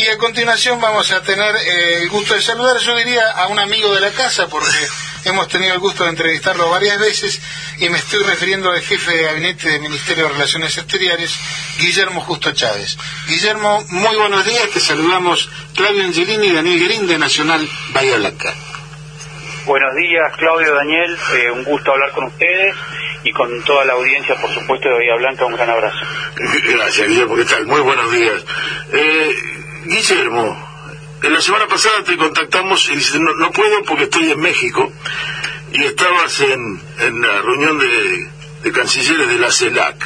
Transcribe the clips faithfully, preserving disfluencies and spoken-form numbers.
Y a continuación vamos a tener eh, el gusto de saludar, yo diría, a un amigo de la casa, porque hemos tenido el gusto de entrevistarlo varias veces, y me estoy refiriendo al jefe de gabinete del Ministerio de Relaciones Exteriores, Guillermo Justo Chávez. Guillermo, muy buenos días, te saludamos Claudio Angelini y Daniel Guerín de Nacional Bahía Blanca. Buenos días, Claudio, Daniel, eh, un gusto hablar con ustedes y con toda la audiencia, por supuesto, de Bahía Blanca, un gran abrazo. Gracias, Guillermo, ¿qué tal? Muy buenos días. Eh, Guillermo, en la semana pasada te contactamos y dices, no, no puedo porque estoy en México, y estabas en, en la reunión de, de cancilleres de la CELAC.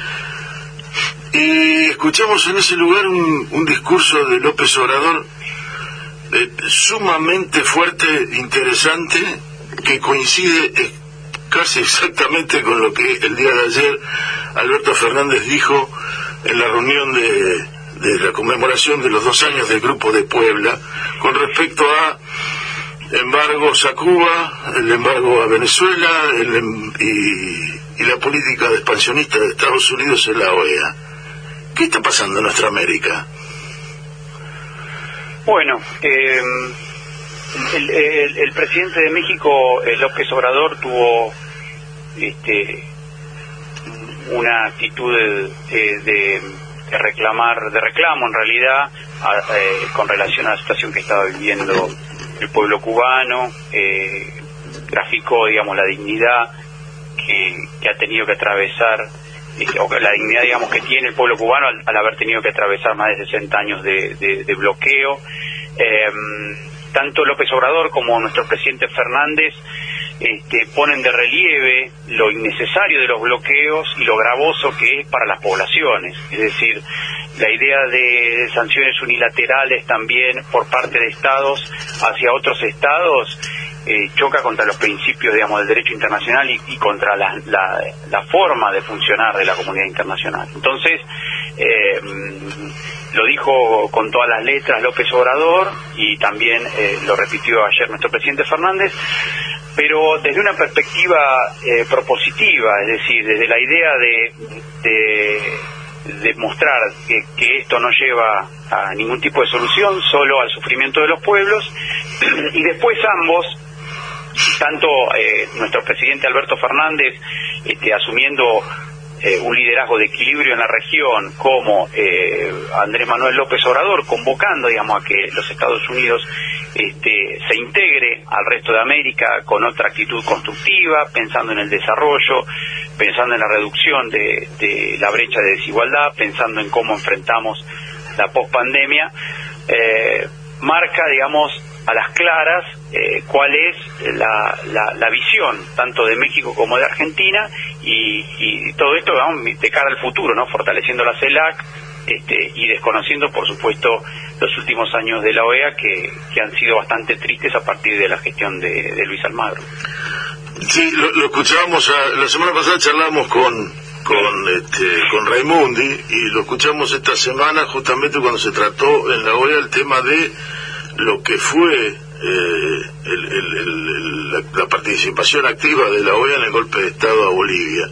Y escuchamos en ese lugar un, un discurso de López Obrador eh, sumamente fuerte, interesante, que coincide eh, casi exactamente con lo que el día de ayer Alberto Fernández dijo en la reunión de, de la conmemoración de los dos años del Grupo de Puebla con respecto a embargos a Cuba, el embargo a Venezuela el, y, y la política expansionista de Estados Unidos en la O E A. ¿Qué está pasando en nuestra América? Bueno, eh, el, el, el presidente de México, eh, López Obrador, tuvo este, una actitud de, de, de reclamar, de reclamo en realidad, a, eh, con relación a la situación que estaba viviendo el pueblo cubano, eh, graficó, digamos, la dignidad que, que ha tenido que atravesar, este, o la dignidad, digamos, que tiene el pueblo cubano al, al haber tenido que atravesar más de sesenta años de, de, de bloqueo. Eh, tanto López Obrador como nuestro presidente Fernández este, ponen de relieve lo innecesario de los bloqueos y lo gravoso que es para las poblaciones. Es decir, la idea de sanciones unilaterales también por parte de estados hacia otros estados eh, choca contra los principios, digamos, del derecho internacional y, y contra la, la, la forma de funcionar de la comunidad internacional. Entonces, eh, lo dijo con todas las letras López Obrador y también eh, lo repitió ayer nuestro presidente Fernández, pero desde una perspectiva eh, propositiva, es decir, desde la idea de, de, de mostrar que, que esto no lleva a ningún tipo de solución, solo al sufrimiento de los pueblos, y después ambos, tanto eh, nuestro presidente Alberto Fernández este, asumiendo eh, un liderazgo de equilibrio en la región, como eh, Andrés Manuel López Obrador convocando, digamos, a que los Estados Unidos este, se integre al resto de América con otra actitud constructiva, pensando en el desarrollo, pensando en la reducción de, de la brecha de desigualdad, pensando en cómo enfrentamos la pospandemia, eh, marca, digamos, a las claras eh, cuál es la, la, la visión tanto de México como de Argentina y, y todo esto, digamos, de cara al futuro, ¿no? Fortaleciendo la CELAC este, y desconociendo, por supuesto, los últimos años de la O E A que, que han sido bastante tristes a partir de la gestión de, de Luis Almagro. Sí, lo, lo escuchábamos a, la semana pasada charlamos con con este, con Raimundi y lo escuchamos esta semana justamente cuando se trató en la O E A el tema de lo que fue eh, el, el, el, la, la participación activa de la O E A en el golpe de Estado a Bolivia.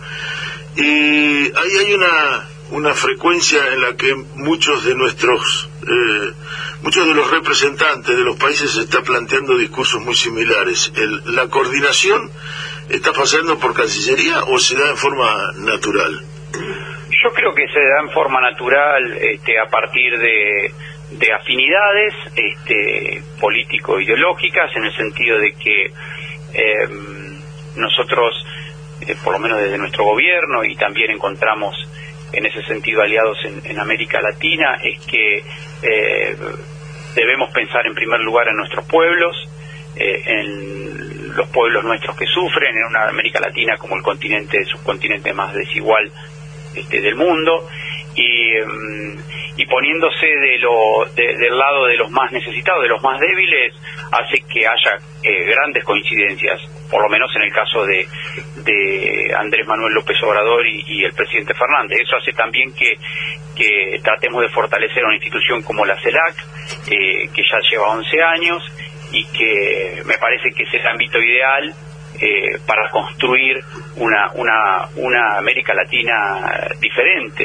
Y ahí hay una una frecuencia en la que muchos de nuestros eh, muchos de los representantes de los países se están planteando discursos muy similares. El, ¿La coordinación está pasando por Cancillería o se da en forma natural? Yo creo que se da en forma natural este, a partir de de afinidades este, político-ideológicas, en el sentido de que eh, nosotros, eh, por lo menos desde nuestro gobierno, y también encontramos en ese sentido aliados en, en América Latina, es que eh, debemos pensar en primer lugar en nuestros pueblos, eh, en los pueblos nuestros que sufren, en una América Latina como el continente, el subcontinente más desigual este, del mundo, y, y poniéndose de lo, de, del lado de los más necesitados, de los más débiles, hace que haya eh, grandes coincidencias, por lo menos en el caso de, de Andrés Manuel López Obrador y, y el presidente Fernández. Eso hace también que, que tratemos de fortalecer una institución como la CELAC, eh, que ya lleva once años, y que me parece que es el ámbito ideal eh, para construir una, una, una América Latina diferente,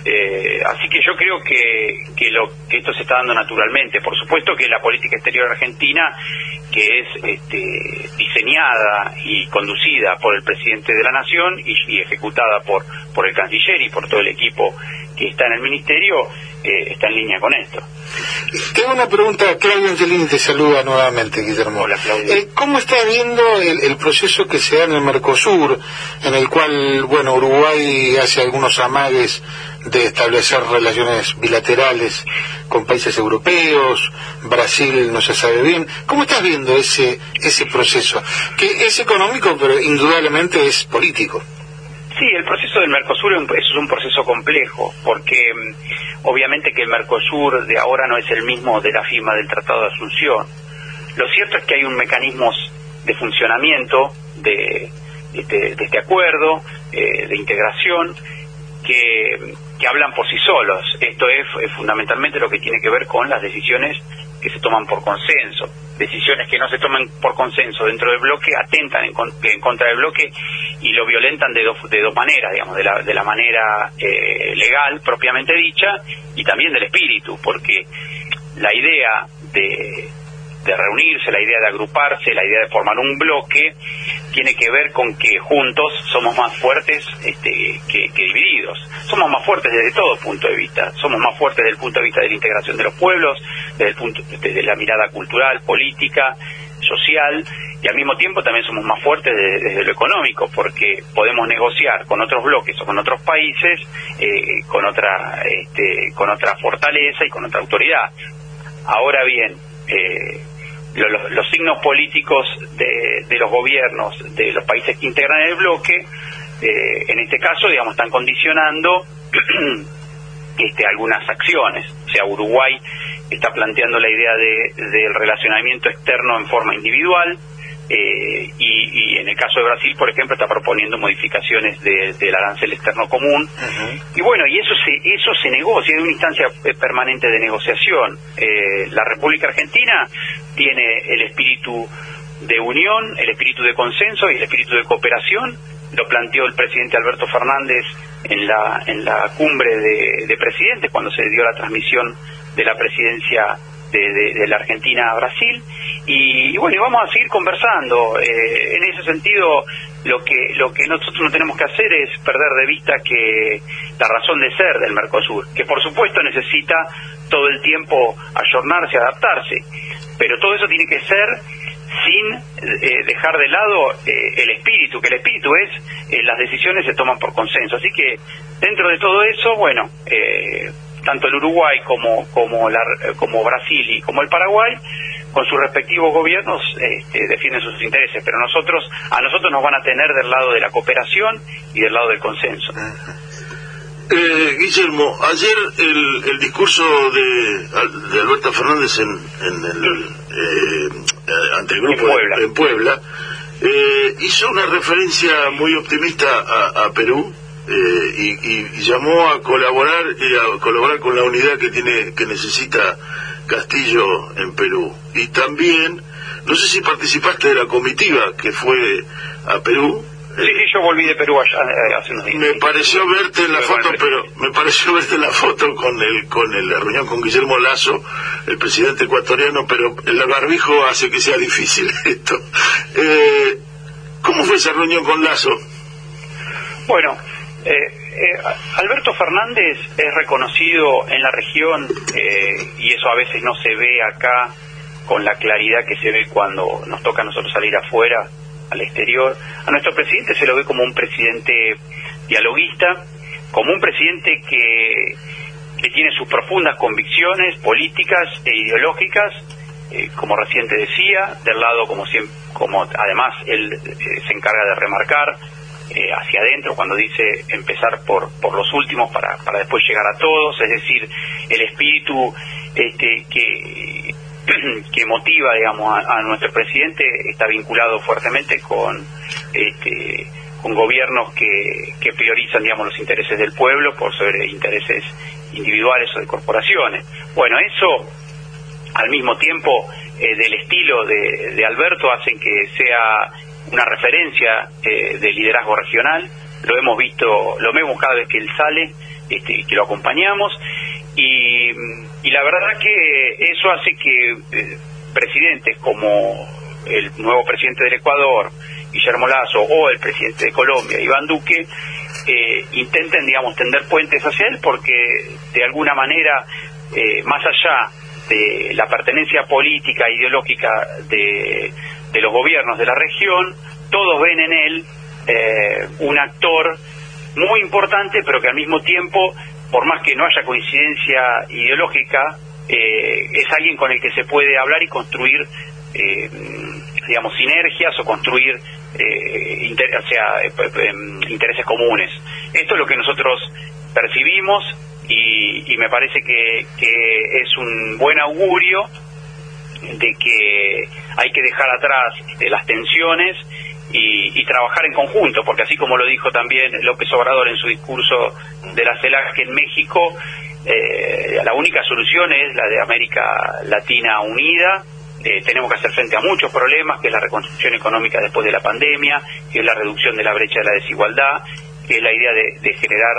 Eh, así que yo creo que, que, lo, que esto se está dando naturalmente. Por supuesto que la política exterior argentina, que es este, diseñada y conducida por el presidente de la Nación y, y ejecutada por, por el canciller y por todo el equipo que está en el ministerio, eh, está en línea con esto. Tengo una pregunta. Claudio Angelini te saluda nuevamente, Guillermo. Hola, Claudio. Eh, ¿Cómo estás viendo el, el proceso que se da en el Mercosur, en el cual, bueno, Uruguay hace algunos amagues de establecer relaciones bilaterales con países europeos, Brasil no se sabe bien? ¿Cómo estás viendo ese ese proceso? Que es económico, pero indudablemente es político. Sí, el proceso del Mercosur es un proceso complejo, porque obviamente que el Mercosur de ahora no es el mismo de la firma del Tratado de Asunción. Lo cierto es que hay un mecanismos de funcionamiento de, de, de este acuerdo, eh, de integración, que, que hablan por sí solos. Esto es, es fundamentalmente lo que tiene que ver con las decisiones que se toman por consenso. Decisiones que no se toman por consenso dentro del bloque atentan en, con, en contra del bloque y lo violentan de, do, de dos maneras, digamos, de la, de la manera eh, legal propiamente dicha y también del espíritu, porque la idea de, de reunirse, la idea de agruparse, la idea de formar un bloque tiene que ver con que juntos somos más fuertes este, que, que divididos. Somos más fuertes desde todo punto de vista. Somos más fuertes desde el punto de vista de la integración de los pueblos, desde, el punto, desde la mirada cultural, política, social, y al mismo tiempo también somos más fuertes desde, desde lo económico, porque podemos negociar con otros bloques o con otros países eh, con otra este, con otra fortaleza y con otra autoridad. Ahora bien, eh, Los, los signos políticos de, de los gobiernos de los países que integran el bloque, eh, en este caso, digamos, están condicionando este, algunas acciones. O sea, Uruguay está planteando la idea de, del relacionamiento externo en forma individual, eh, y, y en el caso de Brasil, por ejemplo, está proponiendo modificaciones de, del arancel externo común. Uh-huh. Y bueno, y eso se eso se negocia, es una instancia permanente de negociación. Eh, la República Argentina tiene el espíritu de unión, el espíritu de consenso y el espíritu de cooperación. Lo planteó el presidente Alberto Fernández en la en la cumbre de, de presidentes, cuando se dio la transmisión de la presidencia de, de, de la Argentina a Brasil. Y, y bueno, y vamos a seguir conversando. Eh, en ese sentido, lo que lo que nosotros no tenemos que hacer es perder de vista que la razón de ser del Mercosur, que por supuesto necesita todo el tiempo ayornarse, adaptarse, pero todo eso tiene que ser sin eh, dejar de lado eh, el espíritu, que el espíritu es eh, las decisiones se toman por consenso. Así que dentro de todo eso, bueno, eh, tanto el Uruguay como como la, como Brasil y como el Paraguay, con sus respectivos gobiernos, este, defienden sus intereses, pero nosotros a nosotros nos van a tener del lado de la cooperación y del lado del consenso. Eh, Guillermo, ayer el, el discurso de, de Alberto Fernández en, en el, eh, ante el grupo en Puebla, en Puebla eh, hizo una referencia muy optimista a, a Perú, eh, y, y, y llamó a colaborar y a colaborar con la unidad que tiene que necesita Castillo en Perú. Y también, no sé si participaste de la comitiva que fue a Perú. Sí, sí, yo volví de Perú allá, eh, hace unos días. Me pareció verte en la foto, pero me pareció verte en la foto con el con el, la reunión con Guillermo Lasso, el presidente ecuatoriano, pero el barbijo hace que sea difícil esto. Eh, ¿Cómo fue esa reunión con Lasso? Bueno, eh, eh, Alberto Fernández es reconocido en la región, eh, y eso a veces no se ve acá con la claridad que se ve cuando nos toca a nosotros salir afuera, al exterior. A nuestro presidente se lo ve como un presidente dialoguista, como un presidente que, que tiene sus profundas convicciones políticas e ideológicas, eh, como recién te decía, del lado como siempre, como además él eh, se encarga de remarcar eh, hacia adentro cuando dice empezar por por los últimos para para después llegar a todos, es decir, el espíritu este que que motiva, digamos, a, a nuestro presidente está vinculado fuertemente con este con gobiernos que, que priorizan, digamos, los intereses del pueblo por sobre intereses individuales o de corporaciones. Bueno, eso al mismo tiempo eh, del estilo de, de Alberto hacen que sea una referencia eh, de liderazgo regional. Lo hemos visto, lo vemos cada vez que él sale, este, que lo acompañamos, y, y la verdad que eso hace que eh, presidentes como el nuevo presidente del Ecuador, Guillermo Lasso, o el presidente de Colombia, Iván Duque, eh, intenten, digamos, tender puentes hacia él, porque de alguna manera, eh, más allá de la pertenencia política e ideológica de, de los gobiernos de la región, todos ven en él eh, un actor muy importante, pero que al mismo tiempo, por más que no haya coincidencia ideológica, eh, es alguien con el que se puede hablar y construir, eh, digamos, sinergias o construir eh, inter o sea, eh, eh, intereses comunes. Esto es lo que nosotros percibimos, y, y me parece que, que es un buen augurio de que hay que dejar atrás eh, las tensiones y, y trabajar en conjunto, porque así como lo dijo también López Obrador en su discurso de la CELAC en México, eh, la única solución es la de América Latina unida. Eh, tenemos que hacer frente a muchos problemas, que es la reconstrucción económica después de la pandemia, que es la reducción de la brecha de la desigualdad, que es la idea de, de generar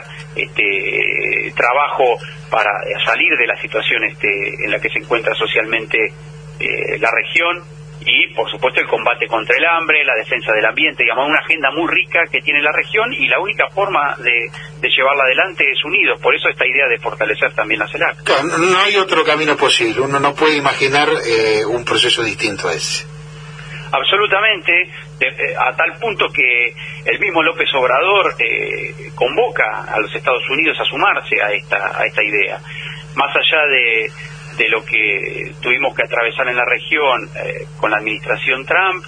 este trabajo para salir de la situación este en la que se encuentra socialmente eh, la región, y por supuesto el combate contra el hambre, la defensa del ambiente, digamos, una agenda muy rica que tiene la región, y la única forma de, de llevarla adelante es unidos. Por eso esta idea de fortalecer también la CELAC. Claro, no hay otro camino posible, uno no puede imaginar eh, un proceso distinto a ese. Absolutamente, de, eh, a tal punto que el mismo López Obrador eh, convoca a los Estados Unidos a sumarse a esta, a esta idea. Más allá de de lo que tuvimos que atravesar en la región eh, con la administración Trump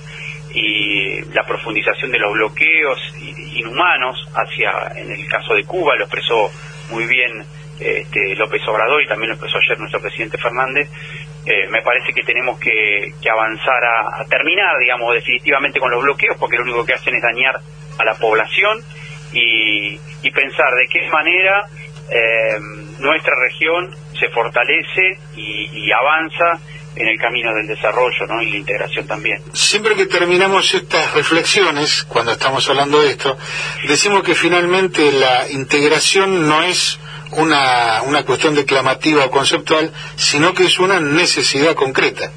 y la profundización de los bloqueos inhumanos hacia, en el caso de Cuba, lo expresó muy bien este, López Obrador, y también lo expresó ayer nuestro presidente Fernández. Eh, me parece que tenemos que, que avanzar a, a terminar, digamos, definitivamente con los bloqueos, porque lo único que hacen es dañar a la población, y, y pensar de qué manera eh, nuestra región se fortalece y, y avanza en el camino del desarrollo, ¿no? Y la integración también. Siempre que terminamos estas reflexiones, cuando estamos hablando de esto, decimos que finalmente la integración no es una, una cuestión declamativa o conceptual, sino que es una necesidad concreta.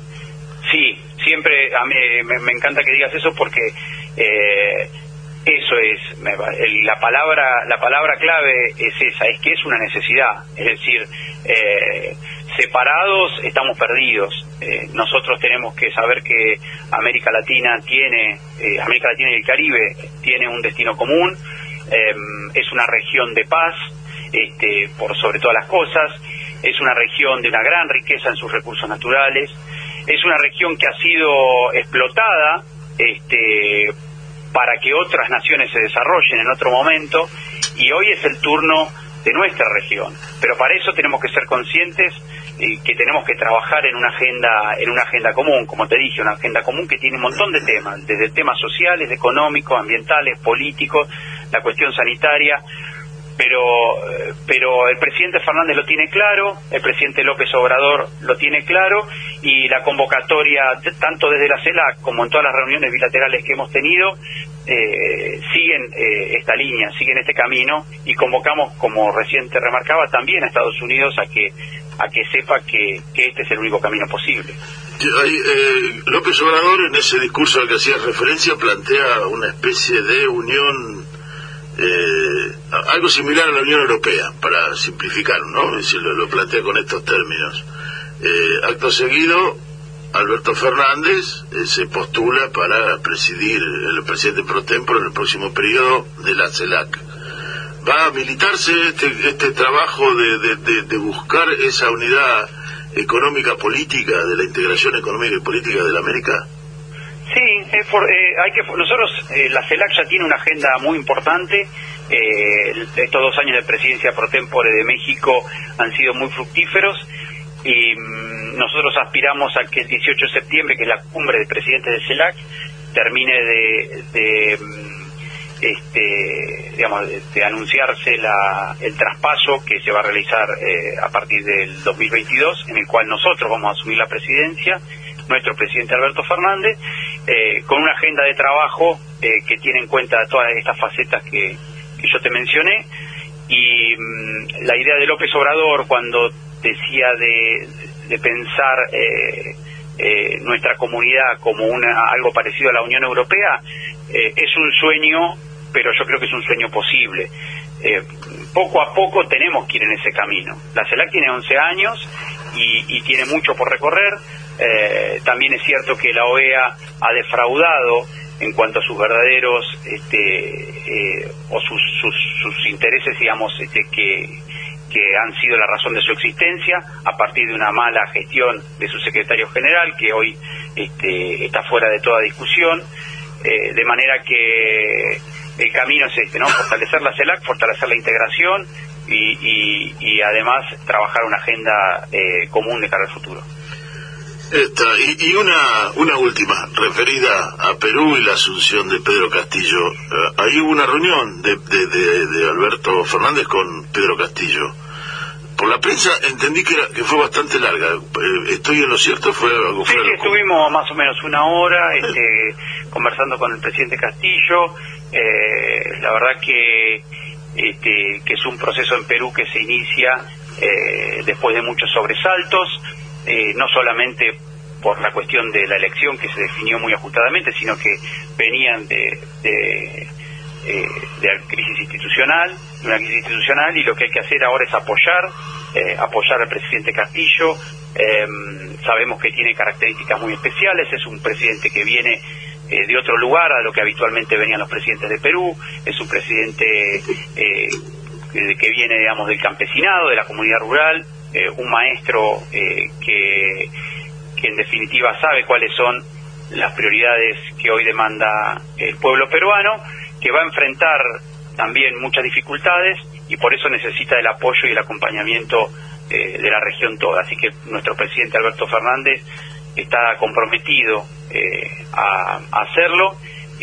Sí, siempre a mí me, me encanta que digas eso, porque eh, eso es, me, el, la palabra la palabra clave es esa, es que es una necesidad. Es decir, eh, separados estamos perdidos. Eh, nosotros tenemos que saber que América Latina tiene, eh, América Latina y el Caribe tiene un destino común. Eh, es una región de paz, este, por sobre todas las cosas. Es una región de una gran riqueza en sus recursos naturales. Es una región que ha sido explotada, este, para que otras naciones se desarrollen en otro momento, y hoy es el turno de nuestra región. Pero para eso tenemos que ser conscientes y que tenemos que trabajar en una agenda en una agenda común, como te dije, una agenda común que tiene un montón de temas, desde temas sociales, económicos, ambientales, políticos, la cuestión sanitaria. Pero pero el presidente Fernández lo tiene claro, el presidente López Obrador lo tiene claro, y la convocatoria, tanto desde la CELAC como en todas las reuniones bilaterales que hemos tenido, eh, siguen eh, esta línea, siguen este camino, y convocamos, como recién te remarcaba, también a Estados Unidos a que a que sepa que, que este es el único camino posible. Eh, López Obrador, en ese discurso al que hacías referencia, plantea una especie de unión, Eh, algo similar a la Unión Europea, para simplificar, ¿no? Es decir, lo, lo plantea con estos términos. Eh, acto seguido, Alberto Fernández eh, se postula para presidir el presidente pro tempore en el próximo periodo de la CELAC. ¿Va a militarse este, este trabajo de, de, de, de buscar esa unidad económica política, de la integración económica y política de la América? Sí, es for, eh, hay que nosotros eh, la CELAC ya tiene una agenda muy importante. Eh, estos dos años de presidencia pro tempore de México han sido muy fructíferos, y mmm, nosotros aspiramos a que el dieciocho de septiembre, que es la cumbre de presidentes de CELAC, termine de, de este digamos de, de anunciarse la, el traspaso que se va a realizar eh, a partir del dos mil veintidós, en el cual nosotros vamos a asumir la presidencia, nuestro presidente Alberto Fernández, eh, con una agenda de trabajo eh, que tiene en cuenta todas estas facetas que, que yo te mencioné, y mmm, la idea de López Obrador cuando decía de, de pensar eh, eh, nuestra comunidad como una algo parecido a la Unión Europea, eh, es un sueño, pero yo creo que es un sueño posible. Eh, poco a poco tenemos que ir en ese camino. La CELAC tiene once años y, y tiene mucho por recorrer. Eh, también es cierto que la O E A ha defraudado en cuanto a sus verdaderos este, eh, o sus, sus, sus intereses, digamos, este, que, que han sido la razón de su existencia, a partir de una mala gestión de su secretario general, que hoy este, está fuera de toda discusión. Eh, de manera que el camino es este, ¿no? Fortalecer la CELAC, fortalecer la integración y, y, y además trabajar una agenda eh, común de cara al futuro. Esta, y, y una una última, referida a Perú y la asunción de Pedro Castillo. Uh, ahí hubo una reunión de, de, de, de Alberto Fernández con Pedro Castillo. Por la prensa entendí que, era, que fue bastante larga. Eh, ¿Estoy en lo cierto? ¿Fue algo Sí, fuera? sí, estuvimos más o menos una hora este, conversando con el presidente Castillo. Eh, la verdad que, este, que es un proceso en Perú que se inicia eh, después de muchos sobresaltos, eh, no solamente por la cuestión de la elección que se definió muy ajustadamente, sino que venían de... de Eh, de la crisis institucional, de una crisis institucional, y lo que hay que hacer ahora es apoyar, eh, apoyar al presidente Castillo. Eh, sabemos que tiene características muy especiales, es un presidente que viene eh, de otro lugar a lo que habitualmente venían los presidentes de Perú, es un presidente eh, que viene, digamos, del campesinado, de la comunidad rural, eh, un maestro eh, que, que en definitiva sabe cuáles son las prioridades que hoy demanda el pueblo peruano, que va a enfrentar también muchas dificultades y por eso necesita el apoyo y el acompañamiento eh, de la región toda. Así que nuestro presidente Alberto Fernández está comprometido eh, a, a hacerlo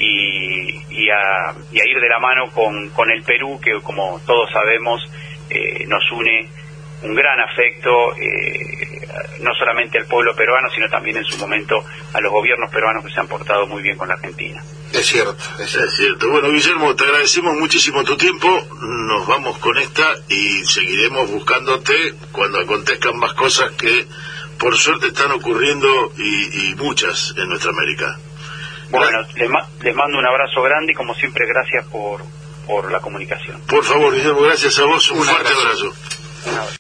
y, y, a, y a ir de la mano con, con el Perú, que como todos sabemos eh, nos une un gran afecto, eh, no solamente al pueblo peruano, sino también en su momento a los gobiernos peruanos que se han portado muy bien con la Argentina. Es cierto, es cierto. Es cierto. Bueno, Guillermo, te agradecemos muchísimo tu tiempo. Nos vamos con esta y seguiremos buscándote cuando acontezcan más cosas que por suerte están ocurriendo y, y muchas en nuestra América. Bueno, les, ma les mando un abrazo grande y como siempre gracias por, por la comunicación. Por favor, Guillermo, gracias a vos. Un, un fuerte abrazo. abrazo.